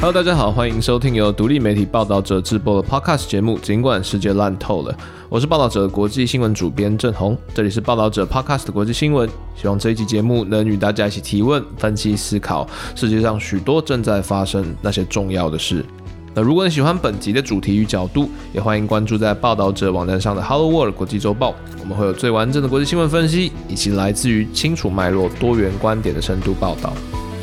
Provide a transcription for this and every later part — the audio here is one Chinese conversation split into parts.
Hello， 大家好，欢迎收听由独立媒体报道者制播的 Podcast 节目。尽管世界烂透了，我是报道者国际新闻主编郑宏，这里是报道者 Podcast 的国际新闻。希望这一期节目能与大家一起提问、分析、思考世界上许多正在发生那些重要的事。那如果你喜欢本集的主题与角度，也欢迎关注在报道者网站上的 Hello World 国际周报，我们会有最完整的国际新闻分析，以及来自于清楚脉络、多元观点的深度报道。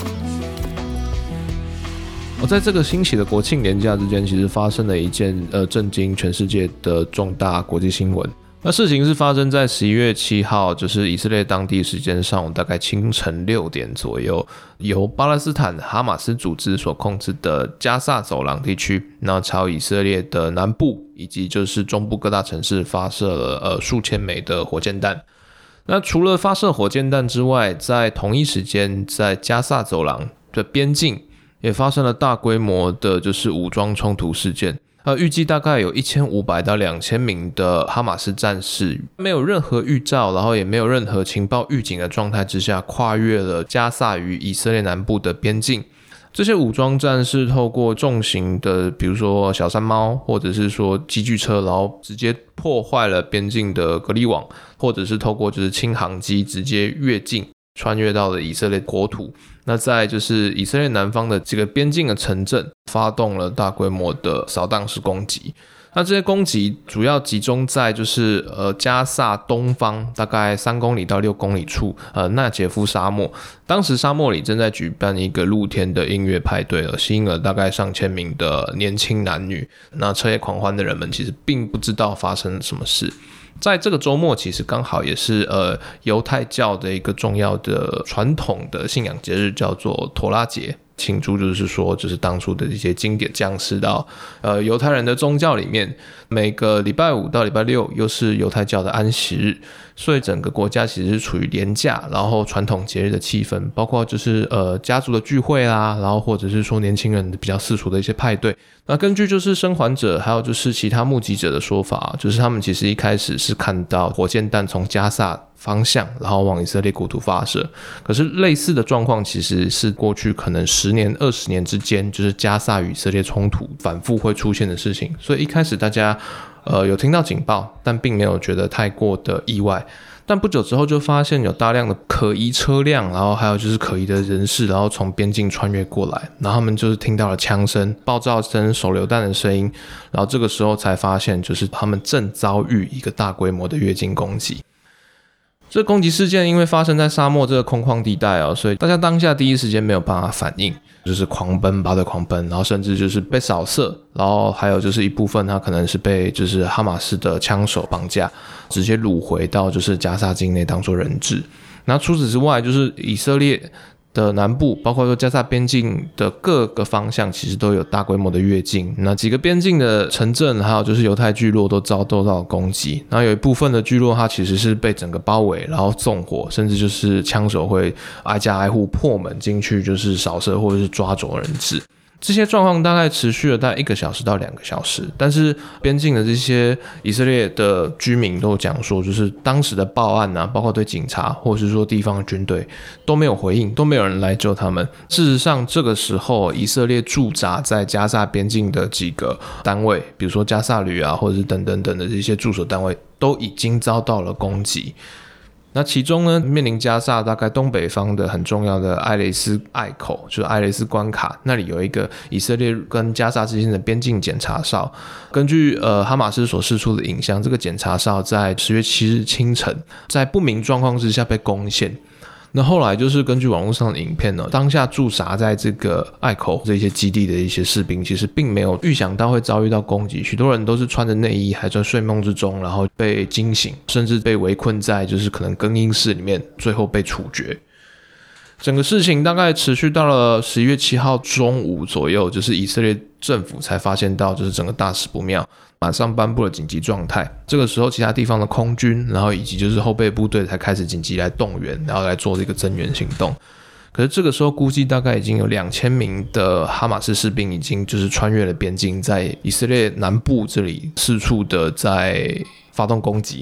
在这个星期的国庆连假之间，其实发生了一件震惊全世界的重大国际新闻。那事情是发生在11月7号，就是以色列当地时间上午大概清晨6点左右，由巴勒斯坦哈马斯组织所控制的加萨走廊地区，那朝以色列的南部以及就是中部各大城市发射了数千枚的火箭弹。那除了发射火箭弹之外，在同一时间，在加萨走廊的边境也发生了大规模的就是武装冲突事件。预计大概有1500到2000名的哈马斯战士，没有任何预兆，然后也没有任何情报预警的状态之下，跨越了加萨与以色列南部的边境。这些武装战士透过重型的，比如说小山猫，或者是说机具车，然后直接破坏了边境的隔离网，或者是透过就是轻航机直接越境，穿越到了以色列国土。那在就是以色列南方的这个边境的城镇发动了大规模的扫荡式攻击。那这些攻击主要集中在就是加萨东方大概3公里到6公里处纳杰夫沙漠。当时沙漠里正在举办一个露天的音乐派对，吸引了大概上千名的年轻男女。那彻夜狂欢的人们其实并不知道发生了什么事。在这个周末其实刚好也是犹太教的一个重要的传统的信仰节日，叫做陀拉节，庆祝就是说就是当初的一些经典降世到犹太人的宗教里面。每个礼拜5到礼拜6又是犹太教的安息日，所以整个国家其实是处于连假，然后传统节日的气氛，包括就是家族的聚会啦，然后或者是说年轻人比较世俗的一些派对。那根据就是生还者还有就是其他目击者的说法，就是他们其实一开始是看到火箭弹从加萨方向然后往以色列国土发射，可是类似的状况其实是过去可能10年20年之间，就是加萨与以色列冲突反复会出现的事情。所以一开始大家有听到警报，但并没有觉得太过的意外。但不久之后就发现有大量的可疑车辆，然后还有就是可疑的人士，然后从边境穿越过来，然后他们就是听到了枪声、爆炸声、手榴弹的声音，然后这个时候才发现就是他们正遭遇一个大规模的越境攻击。这攻击事件因为发生在沙漠这个空旷地带所以大家当下第一时间没有办法反应，就是狂奔，拔腿狂奔，然后甚至就是被扫射，然后还有就是一部分他可能是被就是哈马斯的枪手绑架，直接掳回到就是加萨境内当作人质。那除此之外，就是以色列的南部，包括说加萨边境的各个方向，其实都有大规模的越境。那几个边境的城镇，还有就是犹太聚落都遭到了攻击。然后有一部分的聚落，它其实是被整个包围，然后纵火，甚至就是枪手会挨家挨户破门进去，就是扫射或者是抓走人质。这些状况大概持续了大概1个小时到2个小时，但是边境的这些以色列的居民都讲说，就是当时的报案包括对警察或是说地方的军队都没有回应，都没有人来救他们。事实上，这个时候以色列驻扎在加萨边境的几个单位，比如说加萨旅或者是等等等的这些驻守单位，都已经遭到了攻击。那其中呢，面临加萨大概东北方的很重要的艾雷斯隘口，就是艾雷斯关卡，那里有一个以色列跟加萨之间的边境检查哨。根据哈马斯所释出的影像，这个检查哨在10月7日清晨在不明状况之下被攻陷。那后来就是根据网络上的影片当下驻扎在这个隘口这些基地的一些士兵，其实并没有预想到会遭遇到攻击，许多人都是穿着内衣还在睡梦之中，然后被惊醒，甚至被围困在就是可能更衣室里面，最后被处决。整个事情大概持续到了11月7号中午左右，就是以色列政府才发现到就是整个大事不妙，马上颁布了紧急状态。这个时候其他地方的空军，然后以及就是后备部队才开始紧急来动员，然后来做这个增援行动。可是这个时候估计大概已经有2000名的哈马斯士兵已经就是穿越了边境，在以色列南部这里四处的在发动攻击。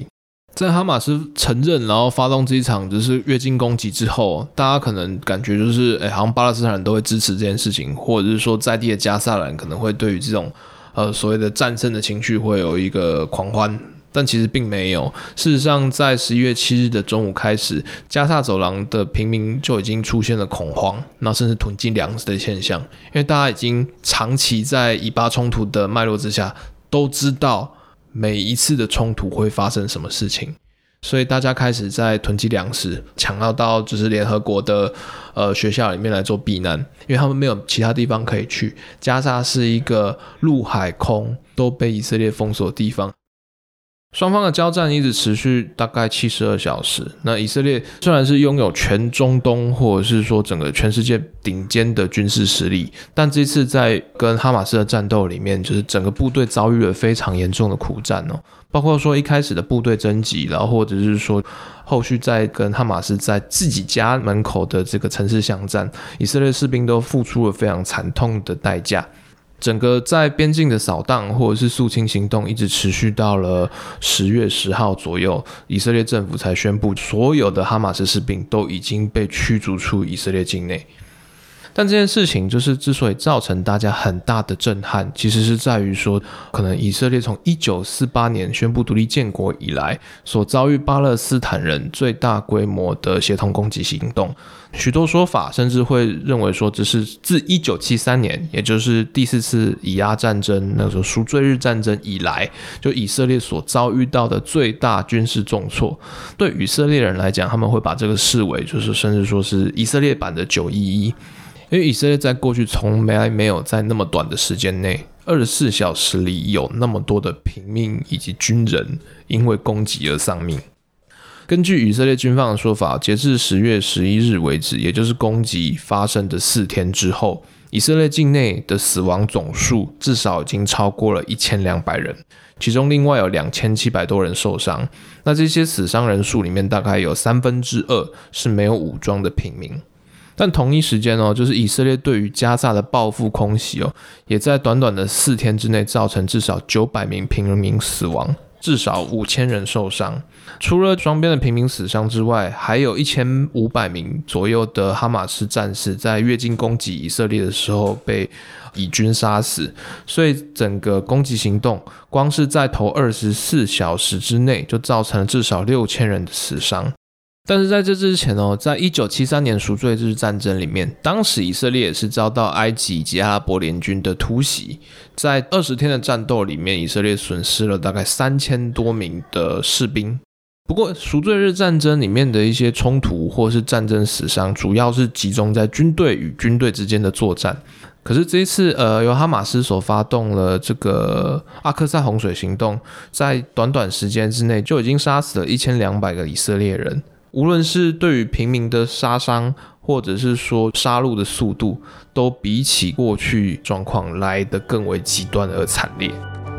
在哈马斯承认然后发动这一场就是越境攻击之后，大家可能感觉就是好像巴勒斯坦人都会支持这件事情，或者是说在地的加萨人可能会对于这种所谓的战胜的情绪会有一个狂欢，但其实并没有。事实上在11月7日的中午开始，加萨走廊的平民就已经出现了恐慌，那甚至囤积粮食的现象，因为大家已经长期在以巴冲突的脉络之下都知道每一次的冲突会发生什么事情，所以大家开始在囤积粮食，抢要到就是联合国的学校里面来做避难，因为他们没有其他地方可以去。加萨是一个陆海空都被以色列封锁的地方。双方的交战一直持续大概72小时。那以色列虽然是拥有全中东或者是说整个全世界顶尖的军事实力，但这次在跟哈马斯的战斗里面，就是整个部队遭遇了非常严重的苦战哦。包括说一开始的部队征集，然后或者是说后续在跟哈马斯在自己家门口的这个城市巷战，以色列士兵都付出了非常惨痛的代价。整个在边境的扫荡或者是肃清行动一直持续到了10月10号左右，以色列政府才宣布所有的哈马斯士兵都已经被驱逐出以色列境内。但这件事情就是之所以造成大家很大的震撼，其实是在于说，可能以色列从1948年宣布独立建国以来所遭遇巴勒斯坦人最大规模的协同攻击行动。许多说法甚至会认为说，这是自1973年，也就是第4次以阿战争，那时候赎罪日战争以来，就以色列所遭遇到的最大军事重挫。对以色列人来讲，他们会把这个视为就是甚至说是以色列版的911。因为以色列在过去从来没有在那么短的时间内24小时里有那么多的平民以及军人因为攻击而丧命。根据以色列军方的说法，截至10月11日为止，也就是攻击发生的4天之后，以色列境内的死亡总数至少已经超过了1200人，其中另外有2700多人受伤。那这些死伤人数里面大概有2/3是没有武装的平民。但同一时间就是以色列对于加萨的报复空袭也在短短的4天之内造成至少900名平民死亡，至少5000人受伤。除了双边的平民死伤之外，还有1500名左右的哈马斯战士在越境攻击以色列的时候被以军杀死。所以整个攻击行动光是在头24小时之内就造成了至少6000人的死伤。但是在这之前在1973年赎罪日战争里面，当时以色列也是遭到埃及以及阿拉伯联军的突袭，在20天的战斗里面，以色列损失了大概3000多名的士兵。不过赎罪日战争里面的一些冲突或是战争死伤，主要是集中在军队与军队之间的作战。可是这一次由哈马斯所发动了这个阿克萨洪水行动，在短短时间之内就已经杀死了1200个以色列人。无论是对于平民的杀伤，或者是说杀戮的速度，都比起过去状况来得更为极端而惨烈。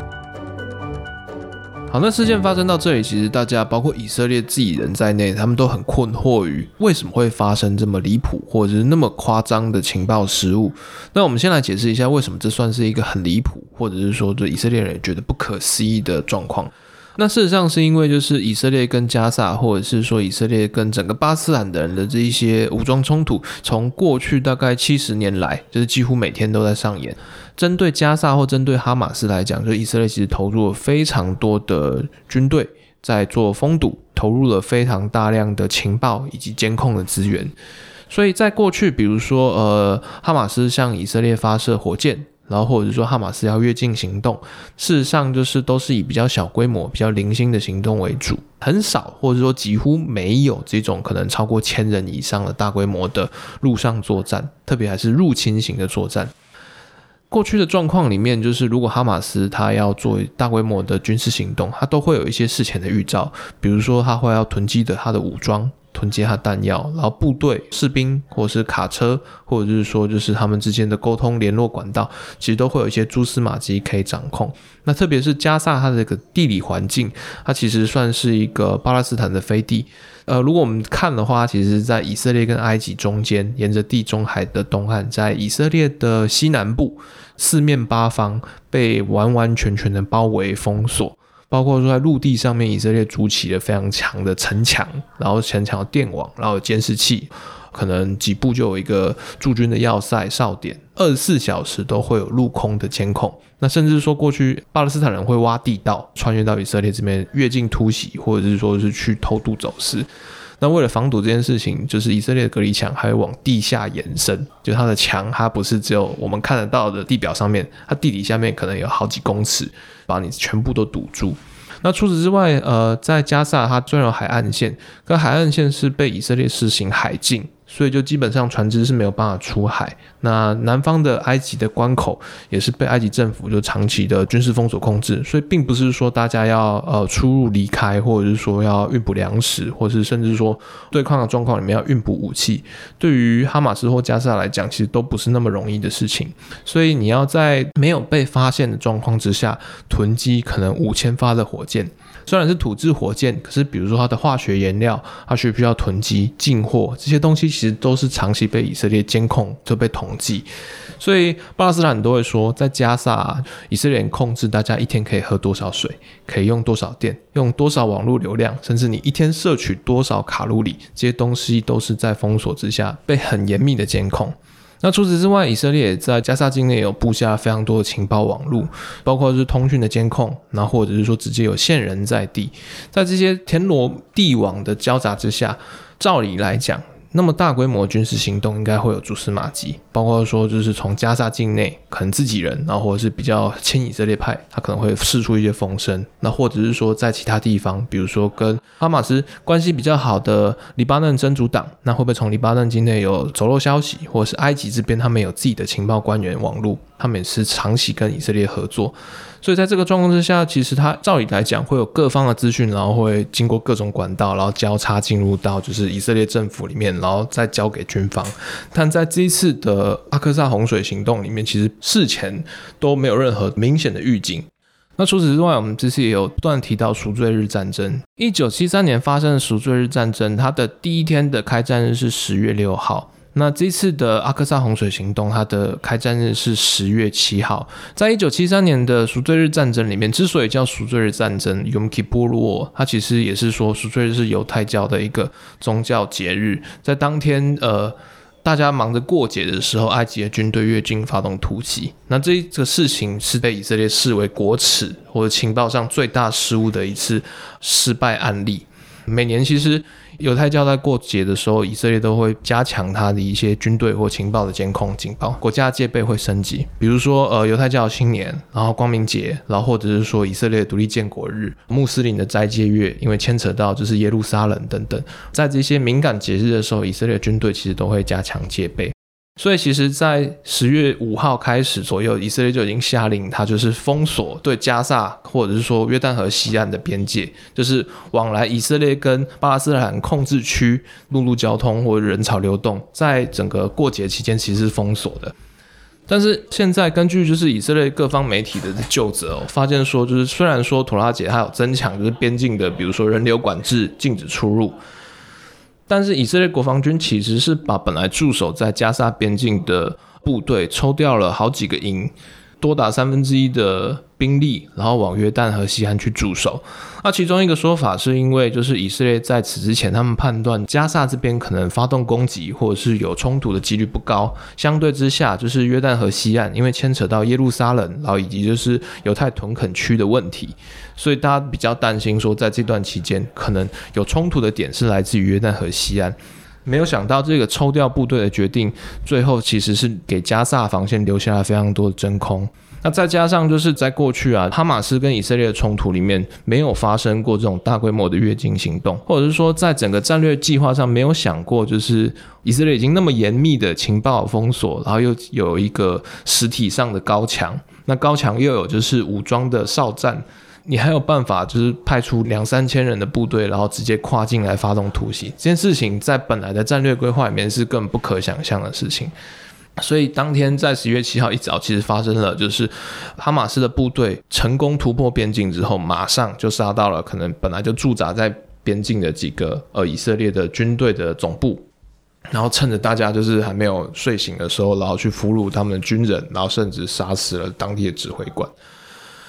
好，那事件发生到这里，其实大家包括以色列自己人在内，他们都很困惑于为什么会发生这么离谱或者是那么夸张的情报失误。那我们先来解释一下为什么这算是一个很离谱，或者是说对以色列人也觉得不可思议的状况。那事实上是因为就是以色列跟加萨，或者是说以色列跟整个巴勒斯坦的人的这一些武装冲突，从过去大概70年来，就是几乎每天都在上演。针对加萨或针对哈马斯来讲，就以色列其实投入了非常多的军队在做封堵，投入了非常大量的情报以及监控的资源。所以在过去，比如说哈马斯向以色列发射火箭，然后或者说哈马斯要越境行动，事实上就是都是以比较小规模、比较零星的行动为主，很少或者说几乎没有这种可能超过1000人以上的大规模的陆上作战，特别还是入侵型的作战。过去的状况里面，就是如果哈马斯他要做大规模的军事行动，他都会有一些事前的预兆，比如说他会要囤积他的武装，囤积他弹药，然后部队、士兵或者是卡车，或者是说就是他们之间的沟通联络管道，其实都会有一些蛛丝马迹可以掌控。那特别是加萨它的这个地理环境，它其实算是一个巴勒斯坦的飞地。如果我们看的话，其实在以色列跟埃及中间，沿着地中海的东岸，在以色列的西南部，四面八方被完完全全的包围封锁。 包括说在陆地上面，以色列筑起了非常强的城墙，然后城墙有电网，然后有监视器，可能几步就有一个驻军的要塞哨点，24小时都会有陆空的监控。那甚至说过去巴勒斯坦人会挖地道穿越到以色列这边越境突袭，或者是说是去偷渡走私。那为了防堵这件事情，就是以色列的隔离墙还会往地下延伸，就它的墙它不是只有我们看得到的地表上面，它地底下面可能有好几公尺，把你全部都堵住。那除此之外，在加萨它虽然有海岸线，可海岸线是被以色列实行海禁，所以就基本上船只是没有办法出海。那南方的埃及的关口也是被埃及政府就长期的军事封锁控制，所以并不是说大家要出入离开，或者是说要运补粮食，或是甚至说对抗的状况里面要运补武器，对于哈马斯或加萨来讲，其实都不是那么容易的事情。所以你要在没有被发现的状况之下囤积可能5000发的火箭，虽然是土制火箭，可是比如说它的化学颜料，它需不需要囤积进货，这些东西其实都是长期被以色列监控，就被统计。所以巴勒斯坦都会说，在加萨以色列人控制大家一天可以喝多少水，可以用多少电，用多少网络流量，甚至你一天摄取多少卡路里，这些东西都是在封锁之下被很严密的监控。那除此之外，以色列也在加萨境内有布下非常多的情报网路，包括是通讯的监控，然后或者是说直接有线人在地，在这些天罗地网的交杂之下，照理来讲，那么大规模的军事行动应该会有蛛丝马迹，包括说就是从加萨境内可能自己人，然后或者是比较亲以色列派，他可能会释出一些风声，那或者是说在其他地方，比如说跟哈马斯关系比较好的黎巴嫩真主党，那会不会从黎巴嫩境内有走漏消息，或者是埃及这边他们有自己的情报官员网络，他们也是长期跟以色列合作。所以在这个状况之下，其实它照理来讲会有各方的资讯，然后会经过各种管道，然后交叉进入到就是以色列政府里面，然后再交给军方。但在这一次的阿克萨洪水行动里面，其实事前都没有任何明显的预警。那除此之外，我们这次也有不断提到赎罪日战争。1973年发生的赎罪日战争，它的第一天的开战日是10月6号。那这次的阿克萨洪水行动，它的开战日是10月7号。在1973年的赎罪日战争里面，之所以叫赎罪日战争 Yom Kippur War， 它其实也是说赎罪日是犹太教的一个宗教节日，在当天大家忙着过节的时候，埃及的军队越境发动突袭。那这个事情是被以色列视为国耻或者情报上最大失误的一次失败案例。每年其实犹太教在过节的时候，以色列都会加强他的一些军队或情报的监控警报，国家戒备会升级。比如说犹太教新年，然后光明节，然后或者是说以色列独立建国日、穆斯林的斋戒月，因为牵扯到就是耶路撒冷等等，在这些敏感节日的时候，以色列军队其实都会加强戒备。所以其实在10月5号开始左右，以色列就已经下令，它就是封锁对加萨或者是说约旦河西岸的边界，就是往来以色列跟巴勒斯坦控制区陆路交通或者人潮流动，在整个过节期间其实是封锁的。但是现在根据就是以色列各方媒体的究责发现说，就是虽然说土拉节它有增强就是边境的比如说人流管制，禁止出入，但是以色列国防军其实是把本来驻守在加萨边境的部队抽调了好几个营，多达1/3的兵力，然后往约旦河西岸去驻守。那其中一个说法是因为就是以色列在此之前他们判断加萨这边可能发动攻击或者是有冲突的几率不高，相对之下就是约旦河西岸因为牵扯到耶路撒冷，然后以及就是犹太屯垦区的问题，所以大家比较担心说在这段期间可能有冲突的点是来自于约旦河西岸。没有想到这个抽调部队的决定，最后其实是给加萨防线留下了非常多的真空。那再加上就是在过去哈马斯跟以色列的冲突里面没有发生过这种大规模的越境行动，或者是说在整个战略计划上没有想过就是以色列已经那么严密的情报封锁，然后又有一个实体上的高墙，那高墙又有就是武装的哨站，你还有办法就是派出2-3千人的部队，然后直接跨境来发动突袭，这件事情在本来的战略规划里面是根本不可想象的事情。所以当天在11月7号一早其实发生了就是哈马斯的部队成功突破边境之后，马上就杀到了可能本来就驻扎在边境的几个以色列的军队的总部，然后趁着大家就是还没有睡醒的时候，然后去俘虏他们的军人，然后甚至杀死了当地的指挥官。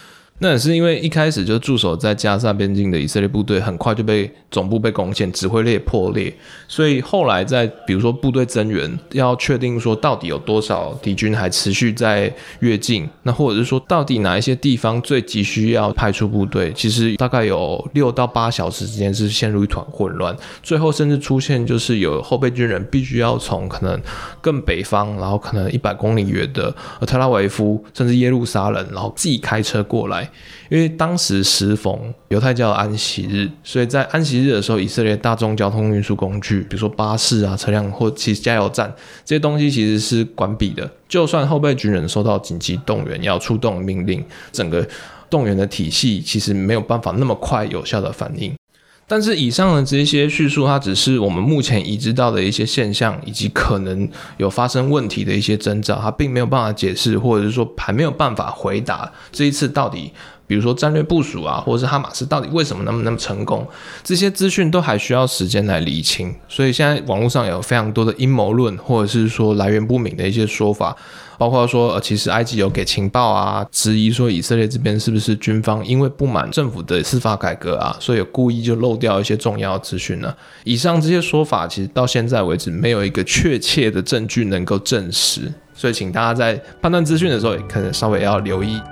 那也是因为一开始就驻守在加沙边境的以色列部队很快就被总部被攻陷，指挥链破裂，所以后来在比如说部队增援，要确定说到底有多少敌军还持续在越境，那或者是说到底哪一些地方最急需要派出部队，其实大概有6到8小时之间是陷入一团混乱，最后甚至出现就是有后备军人必须要从可能更北方，然后可能100公里远的特拉维夫甚至耶路撒冷，然后自己开车过来，因为当时时逢犹太教的安息日，所以在安息日的时候，以色列大众交通运输工具，比如说巴士啊、车辆或其实加油站这些东西其实是关闭的。就算后备军人收到紧急动员要出动的命令，整个动员的体系其实没有办法那么快有效的反应。但是以上的这些叙述，它只是我们目前已知道的一些现象，以及可能有发生问题的一些征兆，它并没有办法解释，或者是说还没有办法回答这一次到底比如说战略部署啊，或者是哈马斯到底为什么那么成功，这些资讯都还需要时间来厘清。所以现在网络上有非常多的阴谋论，或者是说来源不明的一些说法，包括说其实埃及有给情报啊，质疑说以色列这边是不是军方因为不满政府的司法改革啊，所以有故意就漏掉一些重要的资讯呢。以上这些说法其实到现在为止没有一个确切的证据能够证实，所以请大家在判断资讯的时候也可能稍微要留意。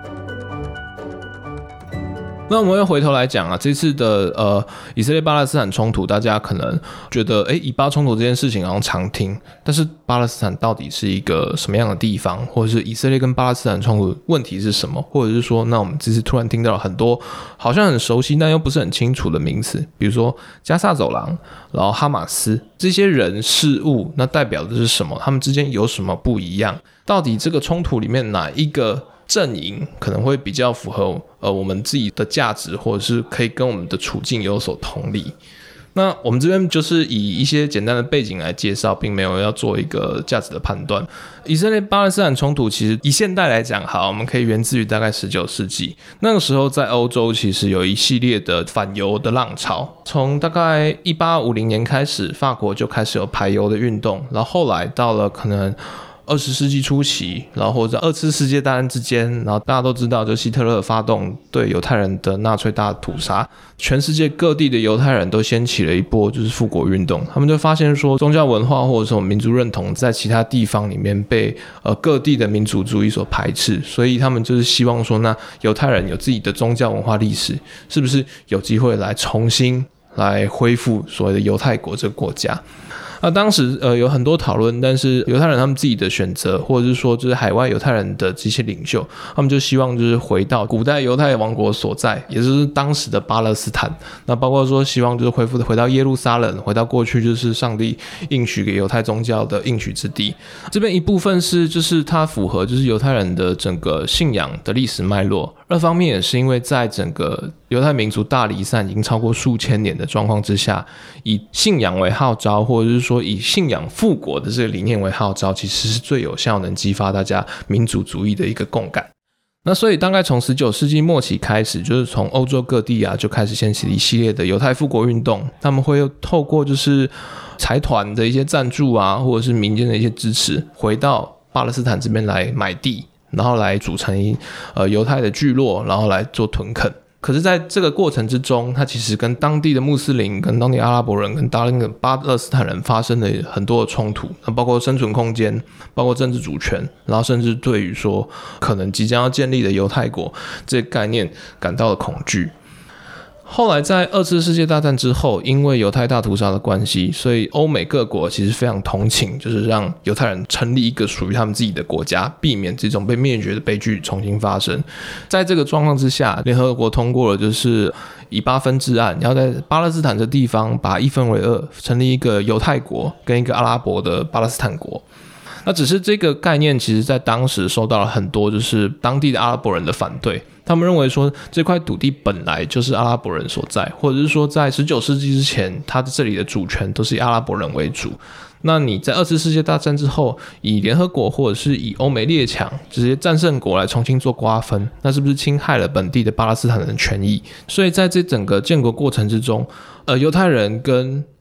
那我们又回头来讲啊，这次的以色列巴勒斯坦冲突，大家可能觉得以巴冲突这件事情好像常听，但是巴勒斯坦到底是一个什么样的地方，或者是以色列跟巴勒斯坦冲突问题是什么，或者是说那我们这次突然听到了很多好像很熟悉但又不是很清楚的名词，比如说加萨走廊，然后哈马斯，这些人事物那代表的是什么，他们之间有什么不一样，到底这个冲突里面哪一个阵营可能会比较符合我们自己的价值，或者是可以跟我们的处境有所同理。那我们这边就是以一些简单的背景来介绍，并没有要做一个价值的判断。以色列巴勒斯坦冲突其实以现代来讲，好，我们可以源自于大概19世纪，那个时候在欧洲其实有一系列的反犹的浪潮，从大概1850年开始，法国就开始有排犹的运动，然后后来到了可能20世纪初期，然后或者2次世界大战之间，然后大家都知道，就希特勒发动对犹太人的纳粹大屠杀，全世界各地的犹太人都掀起了一波就是复国运动。他们就发现说，宗教文化或者说民族认同在其他地方里面被各地的民族主义所排斥，所以他们就是希望说，那犹太人有自己的宗教文化历史，是不是有机会来重新来恢复所谓的犹太国这个国家？那当时有很多讨论，但是犹太人他们自己的选择，或者是说就是海外犹太人的这些领袖，他们就希望就是回到古代犹太王国所在，也就是当时的巴勒斯坦。那包括说希望就是回到耶路撒冷，回到过去就是上帝应许给犹太宗教的应许之地。这边一部分是就是它符合就是犹太人的整个信仰的历史脉络，二方面也是因为在整个犹太民族大离散已经超过数千年的状况之下，以信仰为号召，或者是说以信仰复国的这个理念为号召，其实是最有效能激发大家民族主义的一个共感。那所以大概从19世纪末期开始，就是从欧洲各地啊就开始掀起一系列的犹太复国运动，他们会透过就是财团的一些赞助啊，或者是民间的一些支持，回到巴勒斯坦这边来买地，然后来组成犹太的聚落，然后来做屯垦。可是在这个过程之中，它其实跟当地的穆斯林、跟当地阿拉伯人、跟当地的巴勒斯坦人发生了很多的冲突，包括生存空间，包括政治主权，然后甚至对于说可能即将要建立的犹太国这个概念感到了恐惧。后来在2次世界大战之后，因为犹太大屠杀的关系，所以欧美各国其实非常同情，就是让犹太人成立一个属于他们自己的国家，避免这种被灭绝的悲剧重新发生。在这个状况之下，联合国通过了就是以巴分治案，要在巴勒斯坦这地方把一分为二，成立一个犹太国跟一个阿拉伯的巴勒斯坦国。那只是这个概念其实在当时受到了很多就是当地的阿拉伯人的反对，他们认为说这块土地本来就是阿拉伯人所在，或者是说在19世纪之前，它这里的主权都是以阿拉伯人为主。那你在2次世界大战之后，以联合国或者是以欧美列强这些战胜国来重新做瓜分，那是不是侵害了本地的巴勒斯坦人的权益？所以在这整个建国过程之中，犹太人跟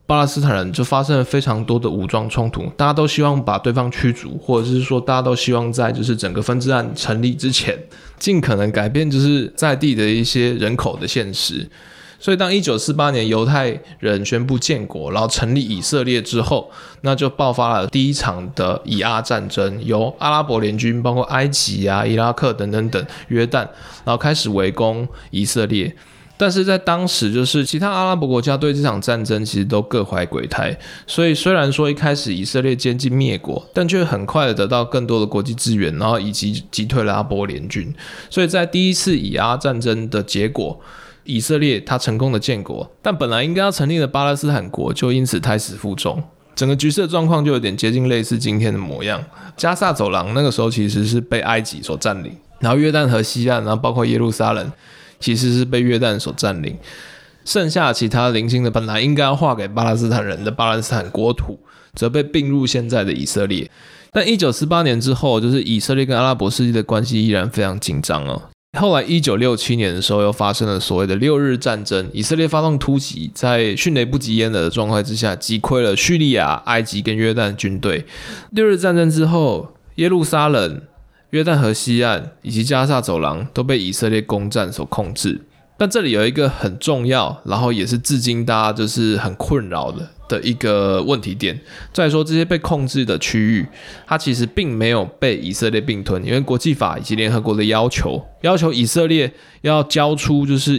巴勒斯坦人就发生了非常多的武装冲突，大家都希望把对方驱逐，或者是说大家都希望在就是整个分治案成立之前尽可能改变就是在地的一些人口的现实。所以当1948年犹太人宣布建国，然后成立以色列之后，那就爆发了第一场的以阿战争，由阿拉伯联军包括埃及啊、伊拉克等等等约旦，然后开始围攻以色列。但是在当时就是其他阿拉伯国家对这场战争其实都各怀鬼胎，所以虽然说一开始以色列监禁灭国，但却很快的得到更多的国际资源，然后以及击退了阿拉伯联军。所以在第一次以阿战争的结果，以色列他成功的建国，但本来应该要成立的巴勒斯坦国就因此胎死腹中，整个局势的状况就有点接近类似今天的模样。加萨走廊那个时候其实是被埃及所占领，然后约旦河西岸，然后包括耶路撒冷其实是被约旦所占领，剩下其他零星的本来应该要划给巴勒斯坦人的巴勒斯坦国土则被并入现在的以色列。但1948年之后，就是以色列跟阿拉伯世界的关系依然非常紧张哦。后来1967年的时候又发生了所谓的六日战争，以色列发动突袭，在迅雷不及掩耳的状态之下击溃了叙利亚、埃及跟约旦军队。六日战争之后，耶路撒冷、约旦河西岸以及加萨走廊都被以色列攻占所控制。但这里有一个很重要，然后也是至今大家就是很困扰的一个问题点，再来说这些被控制的区域，它其实并没有被以色列并吞，因为国际法以及联合国的要求以色列要交出就是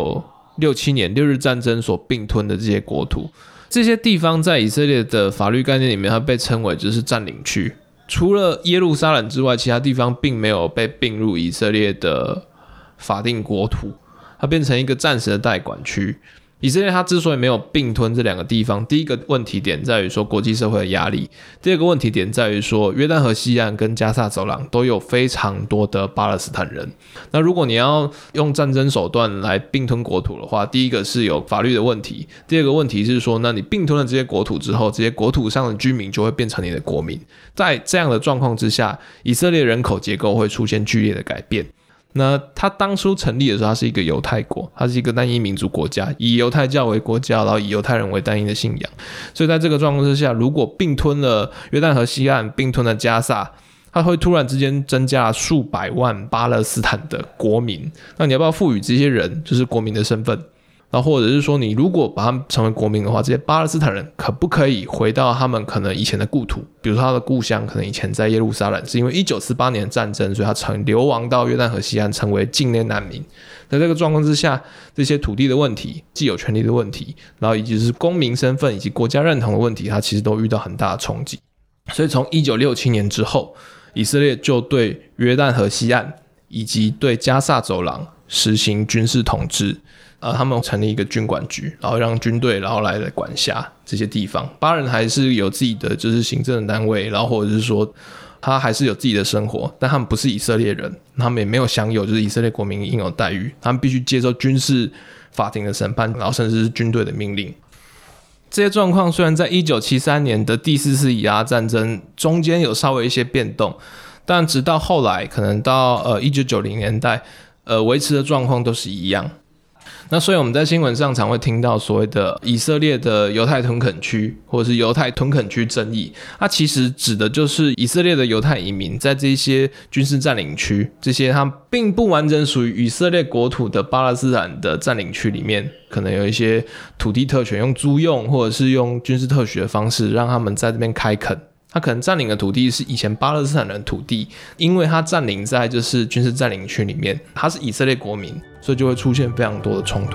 1967年六日战争所并吞的这些国土，这些地方在以色列的法律概念里面，它被称为就是占领区。除了耶路撒冷之外，其他地方并没有被并入以色列的法定国土，它变成一个暂时的代管区。以色列它之所以没有并吞这两个地方，第一个问题点在于说国际社会的压力，第二个问题点在于说约旦河西岸跟加萨走廊都有非常多的巴勒斯坦人。那如果你要用战争手段来并吞国土的话，第一个是有法律的问题，第二个问题是说，那你并吞了这些国土之后，这些国土上的居民就会变成你的国民。在这样的状况之下，以色列人口结构会出现剧烈的改变。那他当初成立的时候，他是一个犹太国，他是一个单一民族国家，以犹太教为国家，然后以犹太人为单一的信仰。所以在这个状况之下，如果并吞了约旦河西岸，并吞了加萨，他会突然之间增加数百万巴勒斯坦的国民。那你要不要赋予这些人就是国民的身份？然后或者是说，你如果把他们成为国民的话，这些巴勒斯坦人可不可以回到他们可能以前的故土？比如说他的故乡可能以前在耶路撒冷，是因为1948年的战争，所以他流亡到约旦河西岸，成为境内难民。在这个状况之下，这些土地的问题、既有权利的问题，然后以及是公民身份以及国家认同的问题，他其实都遇到很大的冲击。所以从1967年之后，以色列就对约旦河西岸以及对加萨走廊实行军事统治。他们成立一个军管局，然后让军队然后来管辖这些地方。巴人还是有自己的就是行政的单位，然后或者是说他还是有自己的生活，但他们不是以色列人，他们也没有享有就是以色列国民应有待遇，他们必须接受军事法庭的审判，然后甚至是军队的命令。这些状况虽然在1973年的第4次以阿战争中间有稍微一些变动，但直到后来可能到1990年代维持的状况都是一样。那所以我们在新闻上常会听到所谓的以色列的犹太屯垦区或者是犹太屯垦区争议，它其实指的就是以色列的犹太移民在这些军事占领区，这些它并不完整属于以色列国土的巴勒斯坦的占领区里面，可能有一些土地特权，用租用或者是用军事特许的方式让他们在这边开垦。他可能占领的土地是以前巴勒斯坦人的土地，因为他占领在就是军事占领区里面，他是以色列国民，所以就会出现非常多的冲突。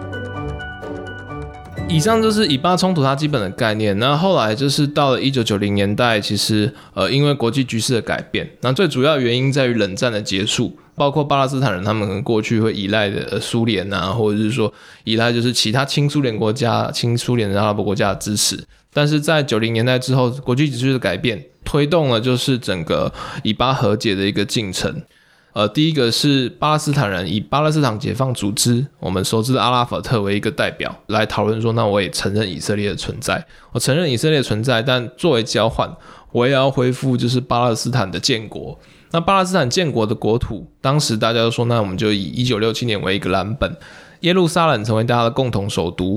以上就是以巴冲突它基本的概念。那后来就是到了1990年代，其实因为国际局势的改变，那最主要的原因在于冷战的结束，包括巴勒斯坦人他们可能过去会依赖的苏联啊，或者是说依赖就是其他亲苏联国家、亲苏联的阿拉伯国家的支持。但是在90年代之后，国际局势的改变推动了就是整个以巴和解的一个进程。第一个是巴勒斯坦人以巴勒斯坦解放组织，我们熟知的阿拉法特为一个代表来讨论说，那我也承认以色列的存在，我承认以色列的存在，但作为交换，我也要恢复就是巴勒斯坦的建国。那巴勒斯坦建国的国土，当时大家都说，那我们就以1967年为一个蓝本，耶路撒冷成为大家的共同首都。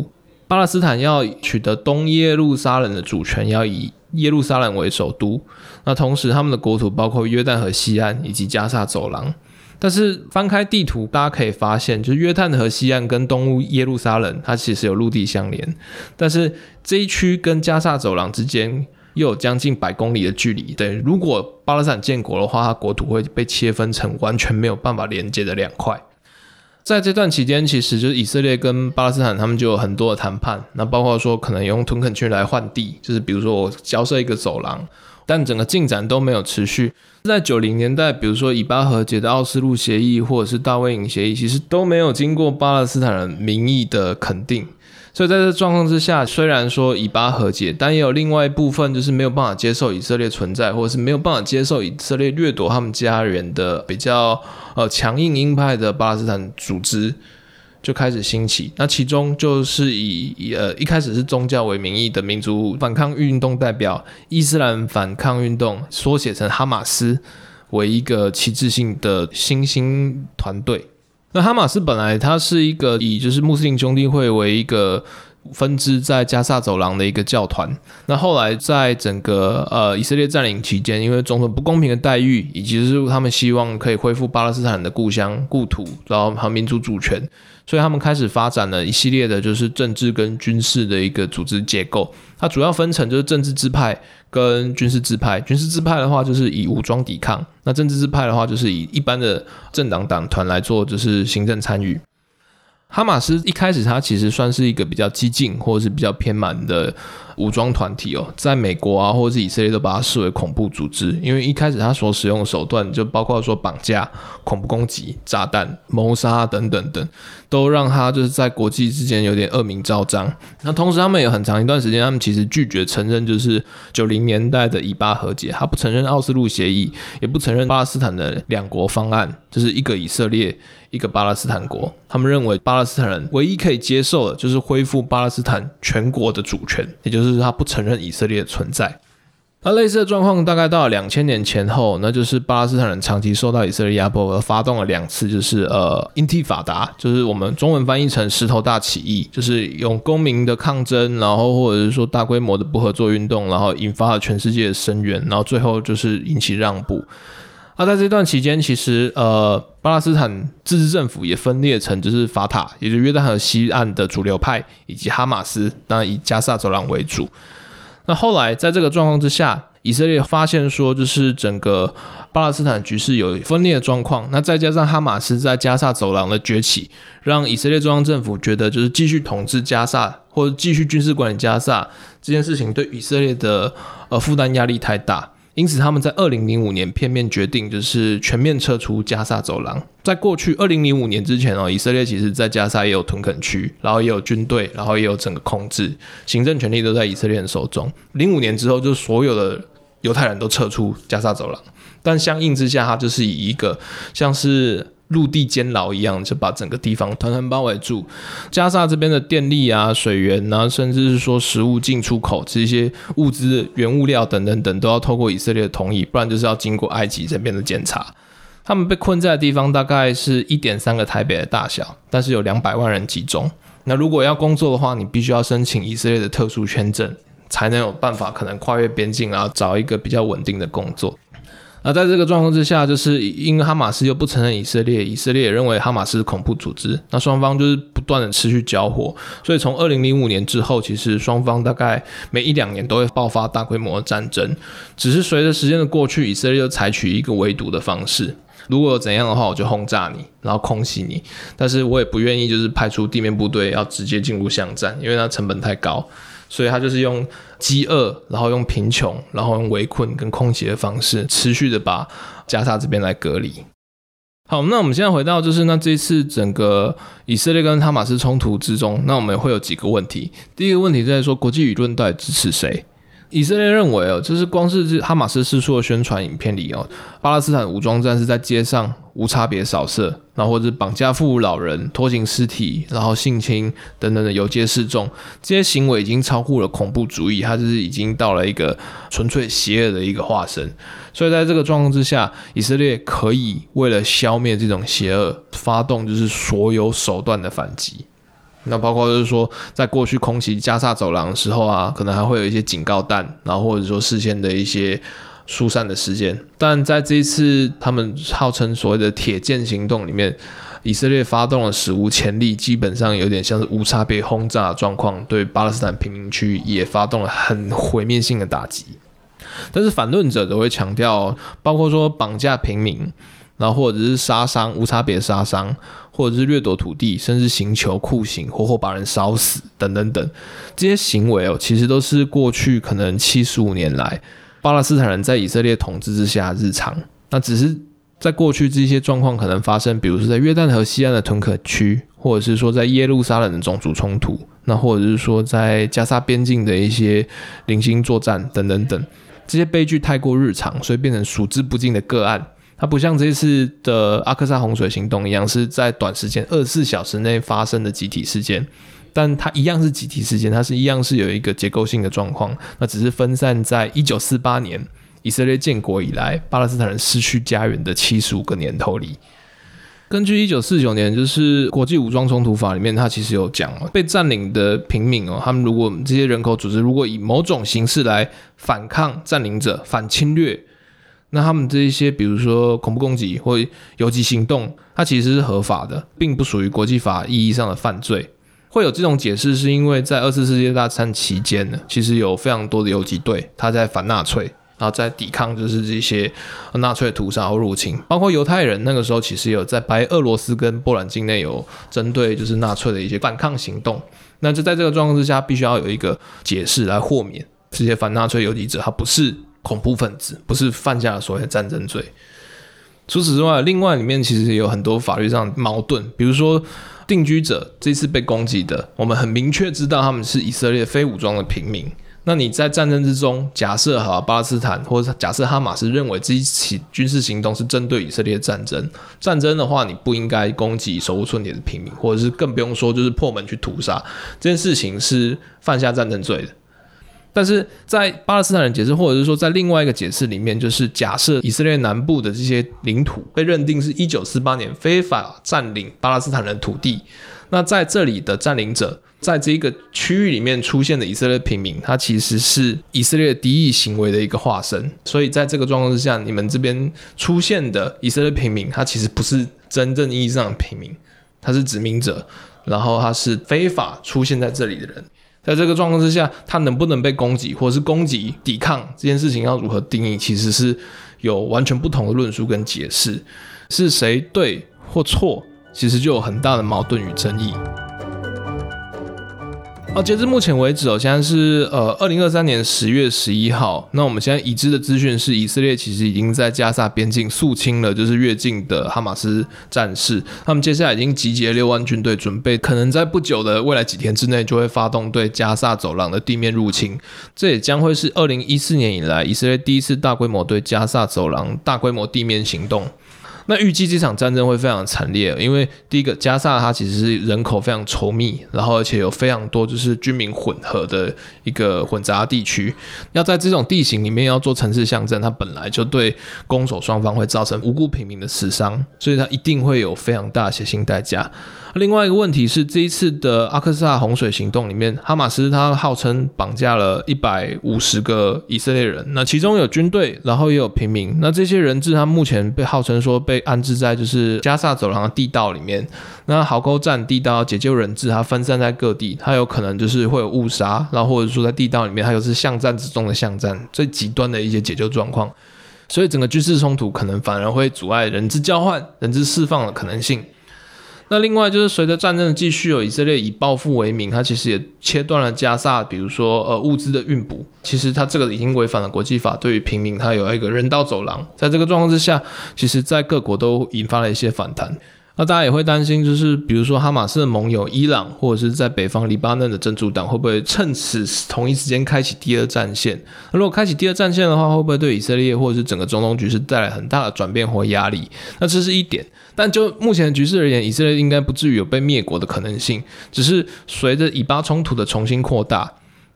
巴勒斯坦要取得东耶路撒冷的主权，要以耶路撒冷为首都。那同时他们的国土包括约旦河西岸以及加萨走廊。但是翻开地图，大家可以发现，就是约旦河西岸跟东耶路撒冷，它其实有陆地相连，但是这一区跟加萨走廊之间又有将近100公里的距离。对，如果巴勒斯坦建国的话，它国土会被切分成完全没有办法连接的2块。在这段期间，其实就是以色列跟巴勒斯坦他们就有很多的谈判，那包括说可能用屯垦区来换地，就是比如说我交设一个走廊，但整个进展都没有持续。在90年代，比如说以巴和解的奥斯陆协议或者是大卫营协议，其实都没有经过巴勒斯坦人民意的肯定。所以在这状况之下，虽然说以巴和解，但也有另外一部分就是没有办法接受以色列存在，或者是没有办法接受以色列掠夺他们家园的比较强硬鹰派的巴勒斯坦组织就开始兴起。那其中就是一开始是宗教为名义的民族反抗运动代表伊斯兰反抗运动，缩写成哈马斯，为一个旗帜性的新兴团队。那哈马斯本来它是一个以就是穆斯林兄弟会为一个分支在加萨走廊的一个教团。那后来在整个以色列占领期间，因为种种不公平的待遇，以及是他们希望可以恢复巴勒斯坦的故乡故土，然后还有民族主权，所以他们开始发展了一系列的就是政治跟军事的一个组织结构。它主要分成就是政治支派跟军事支派。军事支派的话就是以武装抵抗，那政治支派的话就是以一般的政党党团来做就是行政参与。哈马斯一开始它其实算是一个比较激进或者是比较偏蛮的武装团体哦，在美国啊或者是以色列都把它视为恐怖组织，因为一开始它所使用的手段就包括说绑架、恐怖攻击、炸弹、谋杀等等等，都让它就是在国际之间有点恶名昭彰。那同时他们也很长一段时间，他们其实拒绝承认就是90年代的以巴和解，他不承认奥斯陆协议，也不承认巴勒斯坦的2国方案，就是一个以色列一个巴勒斯坦国。他们认为巴勒斯坦人唯一可以接受的就是恢复巴勒斯坦全国的主权，也就是他不承认以色列的存在。那类似的状况大概到了2000年前后，那就是巴勒斯坦人长期受到以色列压迫而发动了2次就是因蒂法达，就是我们中文翻译成石头大起义，就是用公民的抗争，然后或者是说大规模的不合作运动，然后引发了全世界的声援，然后最后就是引起让步。那在这段期间，其实巴勒斯坦自治政府也分裂成就是法塔，也就是约旦河西岸的主流派，以及哈马斯，当然以加萨走廊为主。那后来在这个状况之下，以色列发现说就是整个巴勒斯坦局势有分裂的状况，那再加上哈马斯在加萨走廊的崛起，让以色列中央政府觉得就是继续统治加萨或者继续军事管理加萨这件事情对以色列的负担压力太大。因此他们在2005年片面决定就是全面撤出加萨走廊。在过去2005年之前以色列其实在加萨也有屯垦区，然后也有军队，然后也有整个控制，行政权力都在以色列人手中。05年之后，就所有的犹太人都撤出加萨走廊，但相应之下，它就是以一个像是陆地监牢一样，就把整个地方团团包围住。加萨这边的电力啊、水源啊，甚至是说食物进出口这些物资、原物料等等等，都要透过以色列的同意，不然就是要经过埃及这边的检查。他们被困在的地方大概是 1.3 个台北的大小，但是有200万人集中。那如果要工作的话，你必须要申请以色列的特殊签证，才能有办法可能跨越边境，然后找一个比较稳定的工作。那在这个状况之下，就是因为哈马斯又不承认以色列，以色列也认为哈马斯是恐怖组织，那双方就是不断的持续交火，所以从2005年之后，其实双方大概每1-2年都会爆发大规模的战争，只是随着时间的过去，以色列就采取一个围堵的方式。如果有怎样的话，我就轰炸你，然后空袭你，但是我也不愿意就是派出地面部队要直接进入巷战，因为它成本太高。所以他就是用饥饿，然后用贫穷，然后用围困跟空袭的方式，持续的把加沙这边来隔离。好，那我们现在回到就是那这次整个以色列跟哈马斯冲突之中，那我们会有几个问题。第一个问题在说国际舆论到底支持谁？以色列认为就是光是哈马斯释出的宣传影片里巴勒斯坦武装战士在街上无差别扫射，然后或者绑架妇孺老人、拖行尸体，然后性侵等等的游街示众，这些行为已经超乎了恐怖主义，它就是已经到了一个纯粹邪恶的一个化身。所以在这个状况之下，以色列可以为了消灭这种邪恶，发动就是所有手段的反击。 那包括就是说，在过去空袭加萨走廊的时候啊，可能还会有一些警告弹，然后或者说事先的一些疏散的时间。但在这一次他们号称所谓的铁剑行动里面，以色列发动了史无前例，基本上有点像是无差别轰炸的状况，对巴勒斯坦平民区也发动了很毁灭性的打击。但是反论者都会强调，包括说绑架平民，然后或者是杀伤、无差别杀伤，或者是掠夺土地，甚至刑求、酷刑、活活把人烧死等等等，这些行为其实都是过去可能75年来巴勒斯坦人在以色列统治之下的日常。那只是在过去这些状况可能发生，比如说在约旦河西岸的屯垦区，或者是说在耶路撒冷的种族冲突，那或者是说在加沙边境的一些零星作战等等等，这些悲剧太过日常，所以变成数之不尽的个案。它不像这一次的阿克萨洪水行动一样是在短时间24小时内发生的集体事件，但它一样是集体事件，它是一样是有一个结构性的状况，那只是分散在1948年以色列建国以来巴勒斯坦人失去家园的75个年头里。根据1949年就是国际武装冲突法里面，它其实有讲被占领的平民他们如果这些人口组织如果以某种形式来反抗占领者、反侵略，那他们这一些比如说恐怖攻击或游击行动，它其实是合法的，并不属于国际法意义上的犯罪。会有这种解释是因为在二次世界大战期间呢，其实有非常多的游击队，他在反纳粹，然后在抵抗就是这些纳粹屠杀或入侵，包括犹太人那个时候其实有在白俄罗斯跟波兰境内有针对就是纳粹的一些反抗行动。那就在这个状况之下，必须要有一个解释来豁免这些反纳粹游击者他不是恐怖分子，不是犯下了所谓的战争罪。除此之外，另外里面其实也有很多法律上的矛盾，比如说定居者这次被攻击的，我们很明确知道他们是以色列非武装的平民。那你在战争之中，假设巴勒斯坦或者假设哈马斯认为这一起军事行动是针对以色列战争的话，你不应该攻击手无寸铁的平民，或者是更不用说就是破门去屠杀，这件事情是犯下战争罪的。但是在巴勒斯坦人解释，或者是说在另外一个解释里面，就是假设以色列南部的这些领土被认定是1948年非法占领巴勒斯坦人的土地，那在这里的占领者在这个区域里面出现的以色列平民，他其实是以色列敌意行为的一个化身。所以在这个状况之下，你们这边出现的以色列平民，他其实不是真正意义上的平民，他是殖民者，然后他是非法出现在这里的人。在这个状况之下，他能不能被攻击，或者是攻击抵抗这件事情要如何定义，其实是有完全不同的论述跟解释。是谁对或错，其实就有很大的矛盾与争议。截至目前为止现在是2023年10月11号。那我们现在已知的资讯是，以色列其实已经在加萨边境肃清了就是越境的哈马斯战士，他们接下来已经集结6万军队，准备可能在不久的未来几天之内就会发动对加萨走廊的地面入侵。这也将会是2014年以来以色列第一次大规模对加萨走廊大规模地面行动。那预计这场战争会非常惨烈，因为第一个，加萨它其实是人口非常稠密，然后而且有非常多就是军民混合的一个混杂地区，要在这种地形里面要做城市巷战，它本来就对攻守双方会造成无辜平民的死伤，所以它一定会有非常大的血腥代价。另外一个问题是，这一次的阿克萨洪水行动里面，哈马斯他号称绑架了150个以色列人，那其中有军队，然后也有平民。那这些人质他目前被号称说被安置在就是加萨走廊的地道里面。那壕沟战地道解救人质，它分散在各地，它有可能就是会有误杀，然后或者说在地道里面，它又是巷战之中的巷战，最极端的一些解救状况。所以整个军事冲突可能反而会阻碍人质交换、人质释放的可能性。那另外就是随着战争的继续，以色列以报复为名，它其实也切断了加萨比如说物资的运补。其实它这个已经违反了国际法，对于平民它有一个人道走廊。在这个状况之下，其实在各国都引发了一些反弹。那大家也会担心，就是比如说哈马斯的盟友伊朗，或者是在北方黎巴嫩的真主党，会不会趁此同一时间开启第二战线？那如果开启第二战线的话，会不会对以色列或者是整个中东局势带来很大的转变或压力？那这是一点。但就目前的局势而言，以色列应该不至于有被灭国的可能性，只是随着以巴冲突的重新扩大，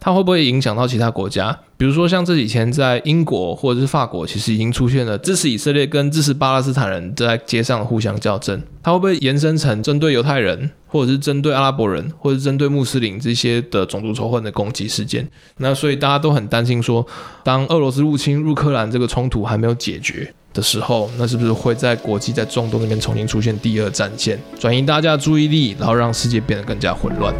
它会不会影响到其他国家？比如说像这几天在英国或者是法国，其实已经出现了支持以色列跟支持巴勒斯坦人在街上互相较真，它会不会延伸成针对犹太人，或者是针对阿拉伯人，或者是针对穆斯林这些的种族仇恨的攻击事件？那所以大家都很担心说，当俄罗斯入侵乌克兰这个冲突还没有解决的时候，那是不是会在国际在中东那边重新出现第二战线，转移大家的注意力，然后让世界变得更加混乱？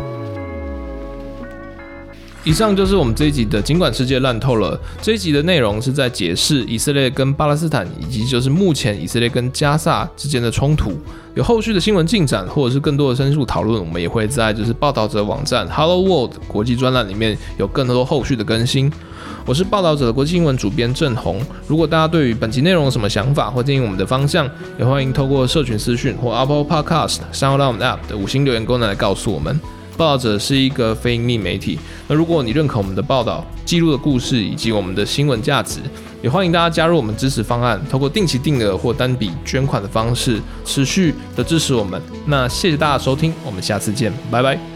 以上就是我们这一集的尽管世界烂透了。这一集的内容是在解释以色列跟巴勒斯坦，以及就是目前以色列跟加萨之间的冲突。有后续的新闻进展，或者是更多的深入讨论，我们也会在就是报道者网站 Hello World 国际专栏里面有更多后续的更新。我是报道者的国际新闻主编郑宏。如果大家对于本集内容有什么想法或建议我们的方向，也欢迎透过社群私讯或 Apple Podcast、SoundOn App 的5星留言功能来告诉我们。报道者是一个非盈利媒体，那如果你认可我们的报道、记录的故事以及我们的新闻价值，也欢迎大家加入我们支持方案，透过定期定额或单笔捐款的方式，持续的支持我们。那谢谢大家的收听，我们下次见，拜拜。